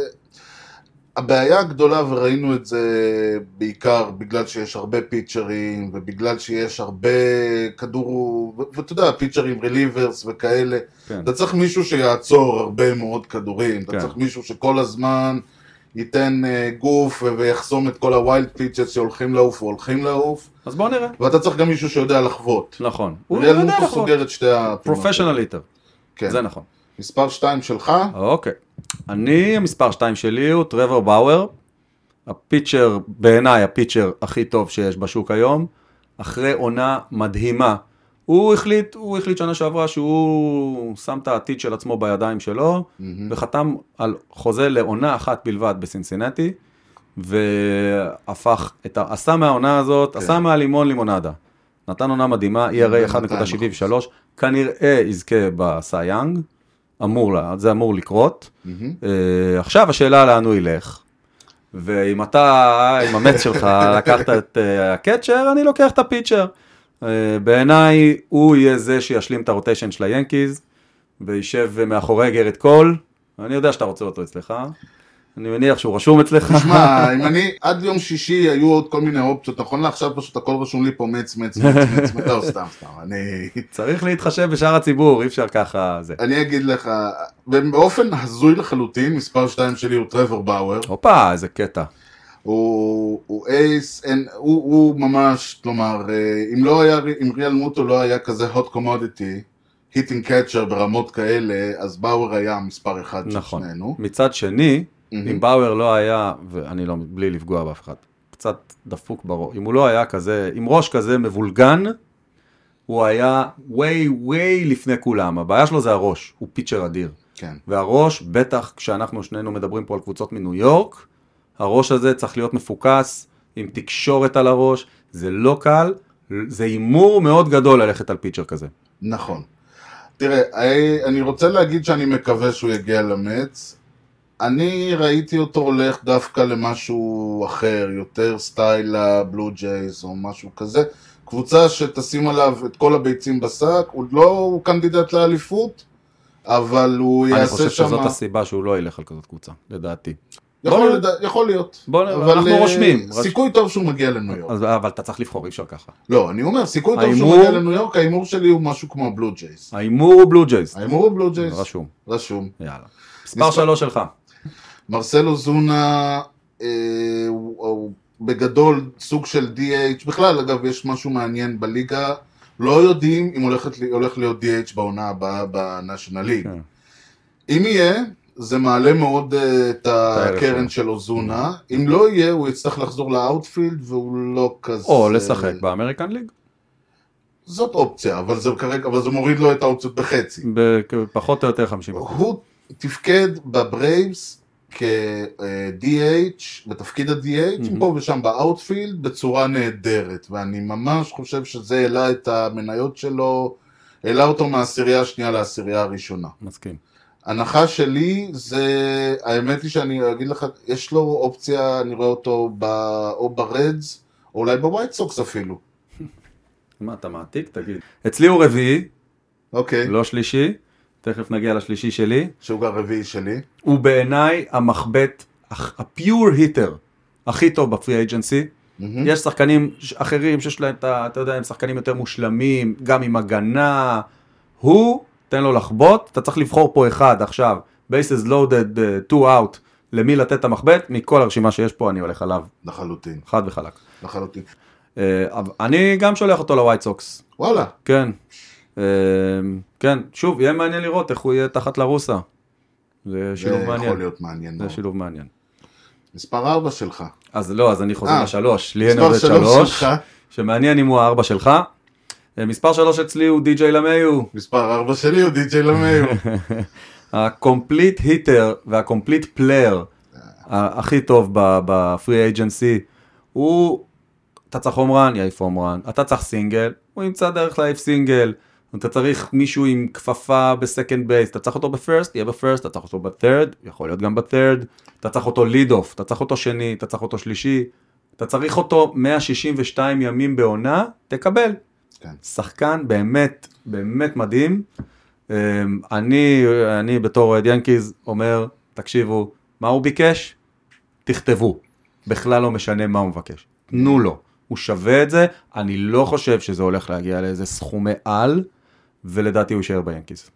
הבעיה הגדולה, וראינו את זה בעיקר בגלל שיש הרבה פיצ'רים, ובגלל שיש הרבה כדור, ואתה יודע, פיצ'רים, רליברס וכאלה, כן. אתה צריך מישהו שיעצור הרבה מאוד כדורים, כן. אתה צריך מישהו שכל הזמן ייתן גוף ויחסום את כל הווילד פיצ'ס שהולכים לעוף והולכים לעוף. אז בוא נראה. ואתה צריך גם מישהו שיודע לחוות. נכון. ריאלמוטו סוגר את שתי הפינות. פרופשיונל היטר. כן. זה נכון. מספר שתיים שלך? אוקיי. אני, המספר שתיים שלי הוא טרוור באואר, הפיצ'ר, בעיניי הפיצ'ר הכי טוב שיש בשוק היום, אחרי עונה מדהימה. הוא החליט, הוא החליט שנה שעברה שהוא שם את העתיד של עצמו בידיים שלו, mm-hmm. וחתם על חוזה לעונה אחת בלבד בסינסינטי, והפך, את ה... עשה מהעונה הזאת, כן. עשה מהלימון לימונדה. נתן עונה מדהימה, E R A אחת נקודה שבעים ושלוש, כנראה יזכה בסייאנג, אמור לה, זה אמור לקרות. Mm-hmm. Uh, עכשיו השאלה לאן הוא ילך, ואם אתה, עם המץ שלך, לקחת את uh, הקצ'ר, אני לוקח את הפיצ'ר. Uh, בעיניי הוא יהיה זה שישלים את הרוטיישן של היאנקיז, וישב מאחורי גרד קול, אני יודע שאתה רוצה אותו אצלך, אני מניח שהוא רשום אצלך. תשמע, אם אני, עד יום שישי היו עוד כל מיני אופציות, נכון לעכשיו פשוט הכל רשום לי פה מצ, מצ, מצ, מצ, מצ, לא, סתם, סתם, אני... צריך להתחשב בשאר הציבור, אי אפשר ככה זה. אני אגיד לך, באופן הזוי לחלוטין, מספר שתיים שלי הוא טרוור באואר. הופה, איזה קטע. הוא, הוא אייס, אין, הוא, הוא ממש, כלומר, אם לא היה, אם ריאלמוטו לא היה כזה hot commodity, היטינג קאצ'ר ברמות כאלה, אז באואר היה מספר אחד של נכון. שנינו. מצד שני, Mm-hmm. אם באואר לא היה, ואני לא, בלי לפגוע באף אחד, קצת דפוק בראש, אם הוא לא היה כזה, עם ראש כזה מבולגן, הוא היה way way לפני כולם, הבעיה שלו זה הראש, הוא פיצ'ר אדיר. כן. והראש, בטח כשאנחנו שנינו מדברים פה על קבוצות מניו יורק, הראש הזה צריך להיות מפוקס, עם תקשורת על הראש, זה לא קל, זה אימור מאוד גדול ללכת על פיצ'ר כזה. נכון. תראה, אני רוצה להגיד שאני מקווה שהוא יגיע למץ. אני ראיתי אותו הולך דווקא למשהו אחר, יותר סטייל הבלו ג'ייז או משהו כזה. קבוצה שתשים עליו את כל הביצים בשק, הוא לא הוא קנדידט לאליפות, אבל הוא יעשה שם... אני חושב שזאת הסיבה שהוא לא ילך על כזאת קבוצה, לדעתי. יכול, לדע... יכול להיות. בוא, אנחנו רושמים. סיכוי טוב שהוא מגיע לניו יורק. אבל אתה צריך לבחור, אי אפשר ככה. לא, אני אומר, סיכוי טוב שהוא מגיע לניו יורק, האימור שלי הוא משהו כמו בלו ג'ייז. האימור הוא בלו ג'ייז. האימור הוא בלו ג'ייז. רשום. רשום. יאללה. מספר שלוש שלך. מרסלו זונה, אה, הוא, הוא בגדול סוג של די אייץ', בכלל אגב יש משהו מעניין בליגה, לא יודעים אם הולכת, הולך להיות די אייץ' בעונה הבאה בנשיונל ליג. אם יהיה, זה מעלה מאוד uh, את הקרן של אוזונה, אם לא יהיה, הוא יצטרך לחזור לאוטפילד והוא לא כזה... או לשחק באמריקן ליג. זאת אופציה, אבל זה כרגע, אבל זה מוריד לו את האופציות בחצי. פחות או יותר חמישים. הוא תפקד בברייבס כ-די אייץ', בתפקיד ה-די אייץ', פה ושם באוטפילד, בצורה נהדרת, ואני ממש חושב שזה העלה את המניות שלו, העלה אותו מהעשירייה השנייה לעשירייה הראשונה. מסכים. הנחה שלי זה, האמת היא שאני אגיד לך, יש לו אופציה, אני רואה אותו ב, או ברדס, או אולי בווייט סוקס אפילו. מה, אתה מעתיק? תגיד. אצלי הוא רביעי, אוקיי. לא שלישי, תכף נגיע לשלישי שלי. שהוא גם רביעי שלי. הוא בעיניי המחבט, הפיור היטר, הכי טוב בפרי אייג'נסי. Mm-hmm. יש שחקנים אחרים שיש להם, אתה, אתה יודע, הם שחקנים יותר מושלמים, גם עם הגנה. הוא... תן לו לחבוט, אתה צריך לבחור פה אחד עכשיו, bases loaded, uh, two out, למי לתת את המחבט, מכל הרשימה שיש פה אני הולך עליו. לחלוטין. חד וחלק. לחלוטין. Uh, אני גם שולח אותו לווייט סוקס. וואלה. כן. Uh, כן, שוב, יהיה מעניין לראות איך הוא יהיה תחת לרוסה. זה שילוב זה מעניין. יכול להיות מעניין. זה מאוד. שילוב מעניין. מספר ארבע שלך. אז לא, אז אני חוזר לשלוש. לי אין מספר עובד שלוש שלוש, שלך. שמעניין אם הוא הארבע שלך. מספר שלוש אצלי הוא די-ג'יי למיו. מספר ארבע שלי הוא די-ג'יי למיו. הקומפליט היטר והקומפליט פלייר הכי טוב בפרי אייג'נסי הוא, אתה צריך הומרן, יעיף הומרן, אתה צריך סינגל, הוא ימצא דרך להעיף סינגל, אתה צריך מישהו עם כפפה בסקנד בייס, אתה צריך אותו בפרסט, יהיה בפרסט, אתה צריך אותו בטרד, יכול להיות גם בטרד, אתה צריך אותו ליד אוף, אתה צריך אותו שני, אתה צריך אותו שלישי, אתה צריך אותו מאה שישים ושתיים ימים בעונה, תקבל. כן. שחקן באמת, באמת מדהים. אני, אני בתור אוהד ינקיז אומר, תקשיבו, מה הוא ביקש? תכתבו. בכלל לא משנה מה הוא מבקש. תנו לו. הוא שווה את זה. אני לא חושב שזה הולך להגיע לאיזה סכומי על, ולדעתי הוא יישאר ביאנקיז.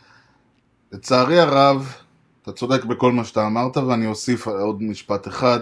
לצערי הרב, אתה צודק בכל מה שאתה אמרת, ואני אוסיף עוד משפט אחד.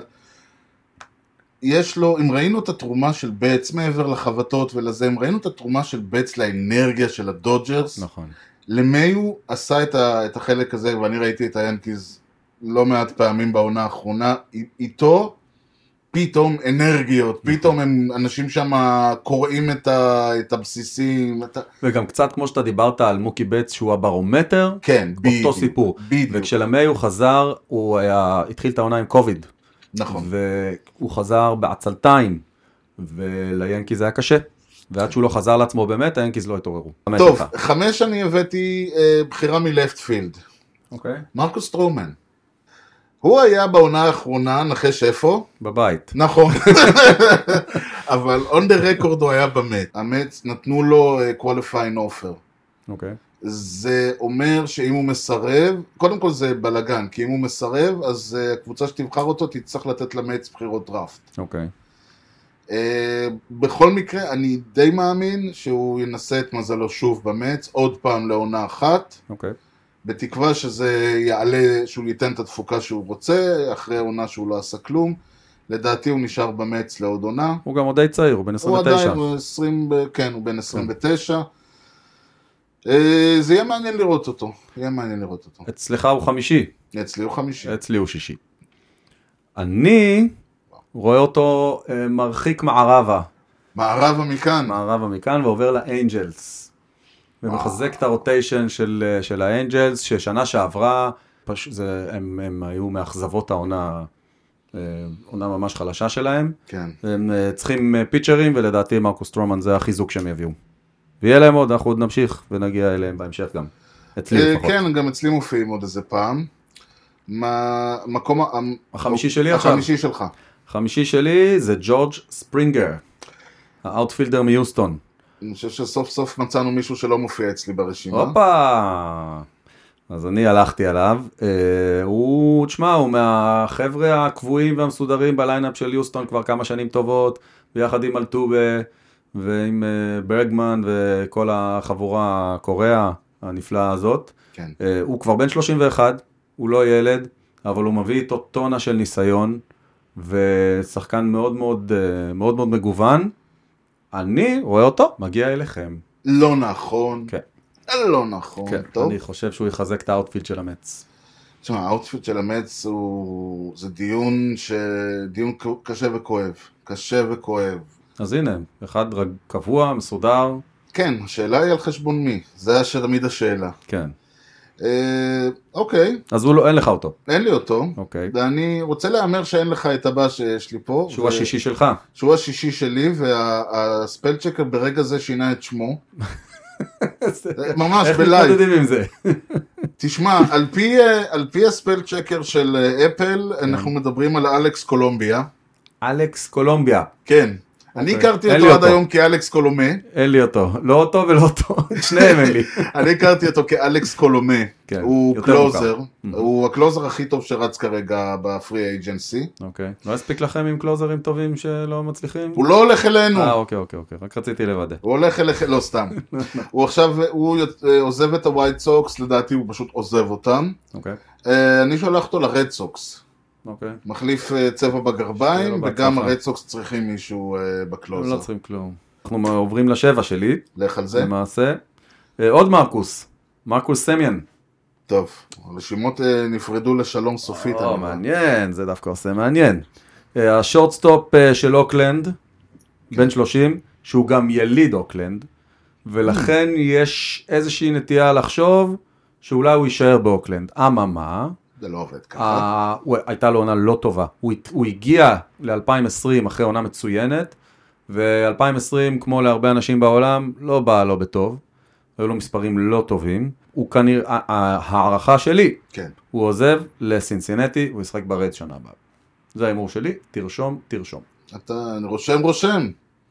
יש לו, אם ראינו את התרומה של בץ מעבר לחבטות ולזה, אם ראינו את התרומה של בץ לאנרגיה של הדודג'רס, נכון. למי הוא עשה את, ה, את החלק הזה, ואני ראיתי את היאנקיז לא מעט פעמים בעונה האחרונה, איתו פתאום אנרגיות, פתאום הם אנשים שם קוראים את, ה, את הבסיסים. את ה... וגם קצת כמו שאתה דיברת על מוקי בץ שהוא הברומטר, כן, בדיוק. אותו סיפור. בדיוק. וכשלמי הוא חזר, הוא היה, התחיל את העונה עם קוביד. נכון. והוא חזר בעצלתיים, וליאנקיז זה היה קשה. ועד שהוא לא חזר לעצמו באמת, היאנקיז לא התעוררו. טוב, חמש אני הבאתי אה, בחירה מלפט פילד. אוקיי. מרקוס סטרומן. הוא היה בעונה האחרונה, נחש איפה? בבית. נכון. אבל on the record הוא היה במט. המט נתנו לו uh, qualifying offer. אוקיי. זה אומר שאם הוא מסרב, קודם כל זה בלגן, כי אם הוא מסרב, אז uh, הקבוצה שתבחר אותו תצטרך לתת למט בחירות דראפט. אוקיי. Uh, בכל מקרה, אני די מאמין שהוא ינסה את מזלו שוב במט, עוד פעם לעונה אחת. אוקיי. בתקווה שזה יעלה, שהוא ייתן את התפוקה שהוא רוצה, אחרי עונה שהוא לא עשה כלום. לדעתי הוא נשאר במץ לעוד עונה. הוא גם עוד די צעיר, הוא בן עשרים ותשע. הוא עדיין, הוא עשרים, כן, הוא בן עשרים ותשע. זה יהיה מעניין לראות אותו. יהיה מעניין לראות אותו. אצלך הוא חמישי. אצלי הוא חמישי. אצלי הוא שישי. אני רואה אותו מרחיק מערבה. מערבה מכאן. מערבה מכאן ועובר לאנג'לס. ומחזק את הרוטיישן של, של האנג'לס, ששנה שעברה, פש... זה, הם, הם היו מאכזבות העונה עונה ממש חלשה שלהם. כן. הם צריכים פיצ'רים, ולדעתי מרקוס סטרומן זה החיזוק שהם יביאו. ויהיה להם עוד, אנחנו עוד נמשיך ונגיע אליהם בהמשך גם. אצלי לפחות. כן, גם אצלי מופיעים עוד איזה פעם. מקום... החמישי שלי עכשיו. החמישי שלך. החמישי שלי זה ג'ורג' ספרינגר, האוטפילדר מיוסטון. אני חושב שסוף סוף מצאנו מישהו שלא מופיע אצלי ברשימה. הופה! אז אני הלכתי עליו. הוא, תשמע, הוא מהחבר'ה הקבועים והמסודרים בליינאפ של יוסטון כבר כמה שנים טובות, ביחד עם אלטובה ועם ברגמן וכל החבורה הקוריאה הנפלאה הזאת. כן. הוא כבר בן שלושים ואחת, הוא לא ילד, אבל הוא מביא איתו טונה של ניסיון, ושחקן מאוד מאוד, מאוד מאוד מגוון. אני רואה אותו, מגיע אליכם. לא נכון. כן. לא נכון. כן, טוב. אני חושב שהוא יחזק את האוטפיט של המץ. תשמע, האוטפיט של המץ הוא... זה דיון ש... דיון קשה וכואב. קשה וכואב. אז הנה, אחד קבוע, מסודר. כן, השאלה היא על חשבון מי. זה תמיד השאלה. כן. אה, אוקיי. אז הוא לא, אין לך אותו. אין לי אותו. אוקיי. ואני רוצה לאמר שאין לך את הבא שיש לי פה. שהוא ו... השישי שלך. שהוא השישי שלי, והספלצ'קר ברגע זה שינה את שמו. ממש איך בלייב. מתמודדים עם זה? תשמע, על פי, על פי הספלצ'קר של אפל, אנחנו מדברים על אלכס קולומביה. אלכס קולומביה. כן. אני הכרתי אין אותו לי עד אותו. היום כאלכס קולומה. אין לי אותו. לא אותו ולא אותו. את שניהם אין לי. אני הכרתי אותו כאלכס קולומה. כן, הוא יותר קלוזר. מוכר. הוא הקלוזר הכי טוב שרץ כרגע בפרי אייג'נסי. אוקיי. לא הספיק לכם עם קלוזרים טובים שלא מצליחים? הוא לא הולך אלינו. אה, אוקיי, אוקיי, אוקיי. רק רציתי לוודא. הוא הולך אליך, לא סתם. הוא עכשיו, הוא עוזב את הווייט סוקס, לדעתי הוא פשוט עוזב אותם. אוקיי. אני שולח אותו לרד סוקס. אוקיי. מחליף צבע בגרביים, שיהיה לו וגם בהצלחה. הרד סוקס צריכים מישהו בקלוזר. לא צריכים כלום. אנחנו עוברים לשבע שלי, לך על זה. למעשה. אה, עוד מרקוס. מרקוס סמיאן. טוב, הרשימות אה, נפרדו לשלום סופית. או, אני- מעניין, זה דווקא עושה מעניין. אה, השורטסטופ אה, של אוקלנד, בן שלושים, שהוא גם יליד אוקלנד, ולכן יש איזושהי נטייה לחשוב שאולי הוא יישאר באוקלנד. אממה, זה לא עובד ככה. אה, הוא- הייתה לו עונה לא טובה. הוא, הוא הגיע ל-אלפיים ועשרים אחרי עונה מצוינת, ו-אלפיים ועשרים, כמו להרבה אנשים בעולם, לא באה לו בטוב. היו לו מספרים לא טובים. הוא כנראה, הערכה שלי, כן. הוא עוזב לסינסינטי, הוא ישחק ברדס שנה הבאה. זה האמור שלי, תרשום, תרשום. אתה אני רושם, רושם.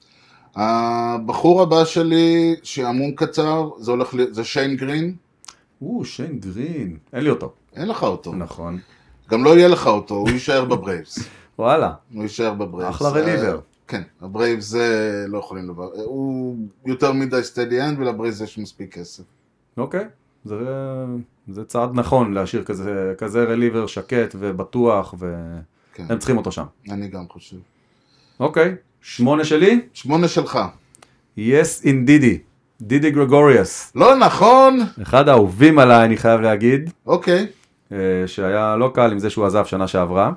הבחור הבא שלי, שעמום קצר, זה הולך ל... זה שיין גרין. או, שיין גרין. אין לי אותו. אין לך אותו. נכון. גם לא יהיה לך אותו, הוא יישאר בברייבס. וואלה. הוא יישאר בברייבס. אחלה רליבר. אה, כן, הברייבס זה לא יכולים לבר... הוא יותר מדי סטדי אנד, ולברייבס יש מספיק כסף. אוקיי. זה, זה צעד נכון להשאיר כזה, כזה רליבר שקט ובטוח, והם כן, צריכים אותו שם. אני גם חושב. אוקיי. שמונה שלי? שמונה שלך. Yes indeedy. דידי גרגוריאס. לא נכון! אחד האהובים עליי, אני חייב להגיד. אוקיי. שהיה לא קל עם זה שהוא עזב שנה שעברה.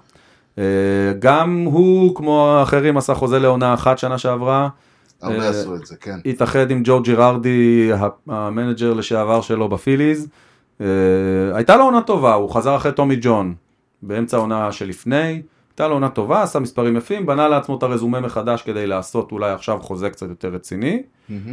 גם הוא, כמו האחרים, עשה חוזה לעונה אחת שנה שעברה. הרבה עשו את זה, כן. התאחד עם ג'ו ג'ירארדי, המנג'ר לשעבר שלו בפיליז. הייתה לו עונה טובה, הוא חזר אחרי טומי ג'ון, באמצע העונה שלפני. הייתה לו עונה טובה, עשה מספרים יפים, בנה לעצמו את הרזומה מחדש כדי לעשות אולי עכשיו חוזה קצת יותר רציני.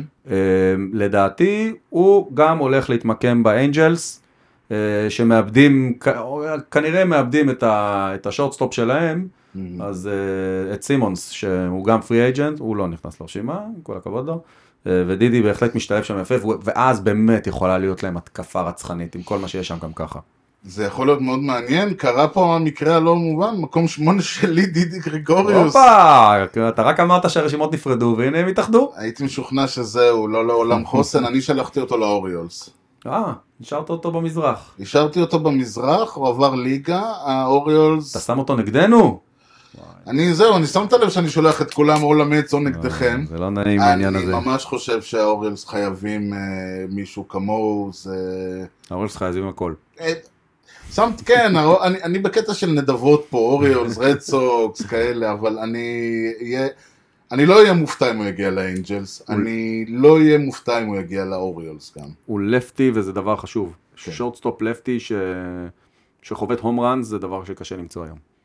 לדעתי, הוא גם הולך להתמקם באנג'לס, שמאבדים, כנראה מאבדים את השורטסטופ שלהם, אז את סימונס, שהוא גם פרי אייג'נט, הוא לא נכנס לרשימה, כל הכבוד לו, ודידי בהחלט משתלב שם יפה, ואז באמת יכולה להיות להם התקפה רצחנית, עם כל מה שיש שם גם ככה. זה יכול להיות מאוד מעניין, קרה פה המקרה הלא מובן, מקום שמונה שלי דידי גרגוריוס. הופה, אתה רק אמרת שהרשימות נפרדו, והנה הם התאחדו. הייתי משוכנע שזהו, לא לעולם חוסן, אני שלחתי אותו לאוריולס. אה, נשארת אותו במזרח. השארתי אותו במזרח, הוא עבר ליגה, האוריולס... אתה שם אותו נגדנו? אני זהו, אני שמת לב שאני שולח את כולם או למץ או נגדכם. זה לא נעים העניין הזה. אני ממש חושב שהאוריולס חייבים מישהו כמוהו, זה... האוריולס חייבים הכל. שמת, כן, אני, אני בקטע של נדבות פה, אוריולס, רד סוקס, כאלה, אבל אני אהיה, אני לא אהיה מופתע אם הוא יגיע לאנג'לס, אני לא אהיה מופתע אם הוא יגיע לאוריולס גם. הוא לפטי וזה דבר חשוב. שורטסטופ לפטי ש... שחובט הום ראנס זה דבר שקשה למצוא היום.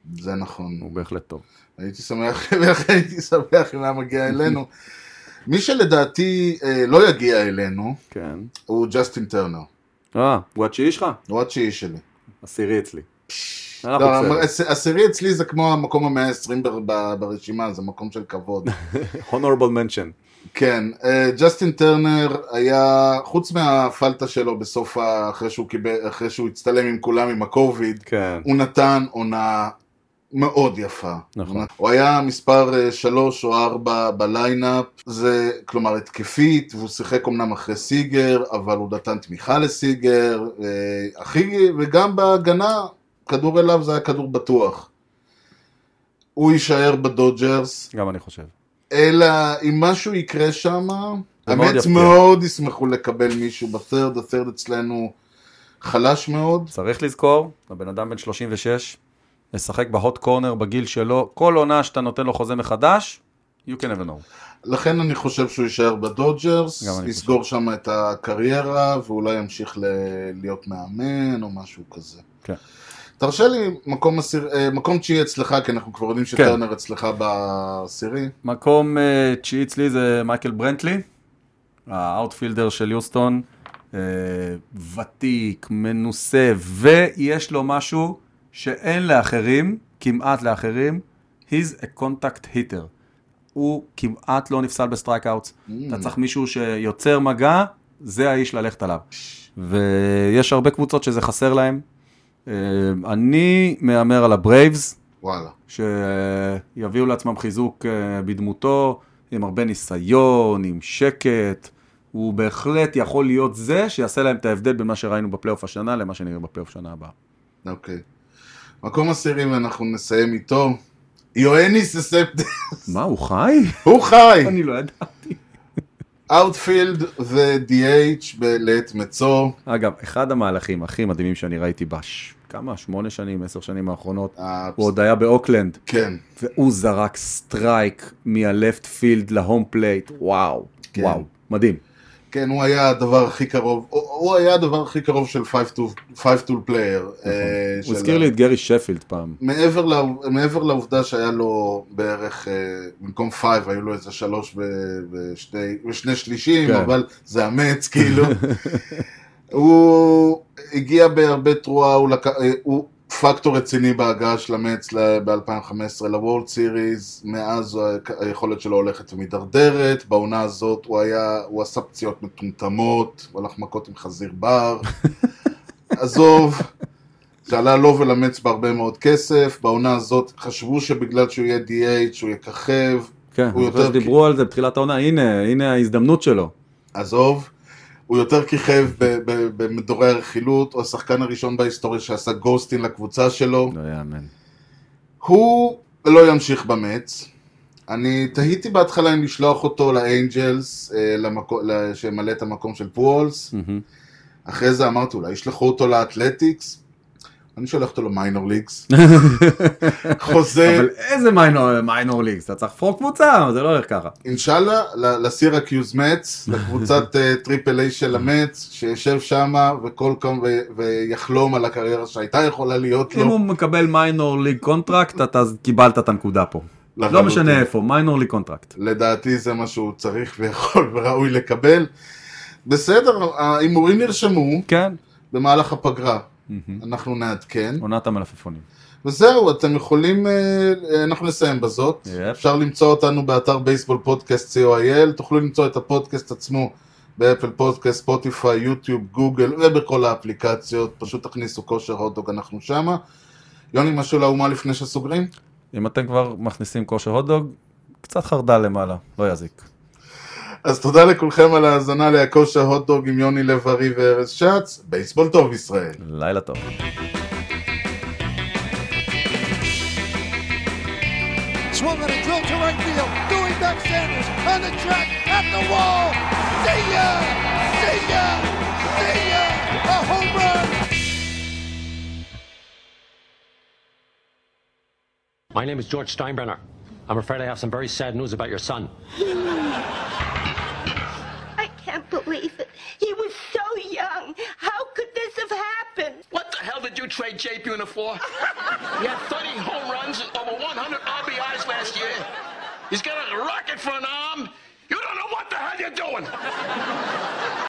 זה נכון. הוא בהחלט טוב. הייתי שמח, הייתי שמח אם היה מגיע אלינו. מי שלדעתי לא יגיע אלינו, כן. הוא ג'סטין טרנר. אה, הוא התשיעי שלך? הוא התשיעי שלי. עשירי אצלי. עשירי אצלי זה כמו המקום המאה העשרים ברשימה, זה מקום של כבוד. Honorable mention. כן, ג'סטין טרנר היה, חוץ מהפלטה שלו בסוף, אחרי שהוא קיבל, אחרי שהוא הצטלם עם כולם עם הקוביד, כן. הוא נתן עונה מאוד יפה. נכון. הוא היה מספר שלוש או ארבע בליינאפ, זה כלומר התקפית, והוא שיחק אמנם אחרי סיגר, אבל הוא נתן תמיכה לסיגר, הכי, וגם בהגנה, כדור אליו זה היה כדור בטוח. הוא יישאר בדודג'רס. גם אני חושב. אלא אם משהו יקרה שם, המץ מאוד ישמחו לקבל מישהו בת'רד, הת'רד אצלנו חלש מאוד. צריך לזכור, הבן אדם בן שלושים ושש, לשחק בהוט קורנר בגיל שלו, כל עונה שאתה נותן לו חוזה מחדש, you can never know. לכן אני חושב שהוא יישאר בדודג'רס, יסגור שם את הקריירה, ואולי ימשיך להיות מאמן או משהו כזה. כן. תרשה לי מקום, הסיר, מקום תשיעי אצלך, כי אנחנו כבר יודעים שטרנר כן. אצלך בעשירי. מקום תשיעי אצלי זה מייקל ברנטלי, האוטפילדר של יוסטון, ותיק, מנוסה, ויש לו משהו שאין לאחרים, כמעט לאחרים, he's a contact hitter. הוא כמעט לא נפסל בסטרייקאוטס. Mm. אתה צריך מישהו שיוצר מגע, זה האיש ללכת עליו. ויש הרבה קבוצות שזה חסר להם. אני מאמר על הברייבס, וואלה. שיביאו לעצמם חיזוק בדמותו, עם הרבה ניסיון, עם שקט. הוא בהחלט יכול להיות זה שיעשה להם את ההבדל בין מה שראינו בפלייאוף השנה למה שנראה בפלייאוף שנה הבאה. אוקיי. מקום עשירי ואנחנו נסיים איתו. יואניס סספטס. מה, הוא חי? הוא חי! אני לא ידעתי. אאוטפילד ו-די אייץ' בלעת מצוא. אגב, אחד המהלכים הכי מדהימים שאני ראיתי בש, כמה? שמונה שנים, עשר שנים האחרונות, הוא עוד היה באוקלנד. כן. והוא זרק סטרייק מהלפט פילד להום פלייט. וואו, וואו, מדהים. כן, הוא היה הדבר הכי קרוב, הוא היה הדבר הכי קרוב של פייב-טול פלייר. הוא הזכיר לי את גרי שפילד פעם. מעבר לעובדה שהיה לו בערך, במקום פייב, היו לו איזה שלוש ושני שלישים, אבל זה אמץ, כאילו. הוא הגיע בהרבה תרועה, הוא פקטור רציני בהגעה של המץ ב-אלפיים וחמש עשרה לוורלד סיריז, מאז היכולת שלו הולכת ומתדרדרת, בעונה הזאת הוא היה, הוא עשה פציעות מטומטמות, הוא הלך מכות עם חזיר בר, עזוב, זה עלה לו ולמץ בהרבה מאוד כסף, בעונה הזאת חשבו שבגלל שהוא יהיה די אייץ' שהוא יככב, כן, אני חושב שדיברו על זה בתחילת העונה, הנה, הנה ההזדמנות שלו. עזוב, הוא יותר כיכב במדורי הרכילות, הוא השחקן הראשון בהיסטוריה שעשה גוסטין לקבוצה שלו. לא יאמן. הוא לא ימשיך במץ. אני תהיתי בהתחלה אם לשלוח אותו לאנג'לס, שמלא את המקום של פואלס. אחרי זה אמרתי, אולי ישלחו אותו לאתלטיקס. אני שולח אותו למיינור ליגס. חוזה... אבל איזה מיינור ליגס? אתה צריך פרוק קבוצה, זה לא הולך ככה. אינשאללה, לסירקיוז מצ, לקבוצת טריפל איי של המץ, שישב שמה וכל קום ויחלום על הקריירה שהייתה יכולה להיות לו. אם הוא מקבל מיינור ליג קונטרקט, אתה קיבלת את הנקודה פה. לא משנה איפה, מיינור ליג קונטרקט. לדעתי זה מה שהוא צריך ויכול וראוי לקבל. בסדר, האימורים נרשמו במהלך הפגרה. אנחנו נעדכן. עונת המלפפונים. וזהו, אתם יכולים, אנחנו נסיים בזאת. אפשר למצוא אותנו באתר בייסבול פודקאסט סי או איי אל, תוכלו למצוא את הפודקאסט עצמו באפל פודקאסט, ספוטיפיי, יוטיוב, גוגל ובכל האפליקציות. פשוט תכניסו כושר הוטדוג, אנחנו שמה. יוני, משהו לאומה לפני שסוגרים? אם אתם כבר מכניסים כושר הוטדוג, קצת חרדל למעלה, לא יזיק. אז תודה לכולכם על ההאזנה להכושר הוטדוג עם יוני לב-ארי וארז שץ. בייסבול טוב ישראל. לילה טוב. Swung on a drill to right field. Doing back Sanders on the track at the wall. See ya! See ya! See ya! A home run! My name is George Steinbrenner. I'm afraid I have some very sad news about your son. I can't believe it. He was so young. How could this have happened? What the hell did you trade J P Unifor? He had thirty home runs and over one hundred R B Is last year. He's got a rocket for an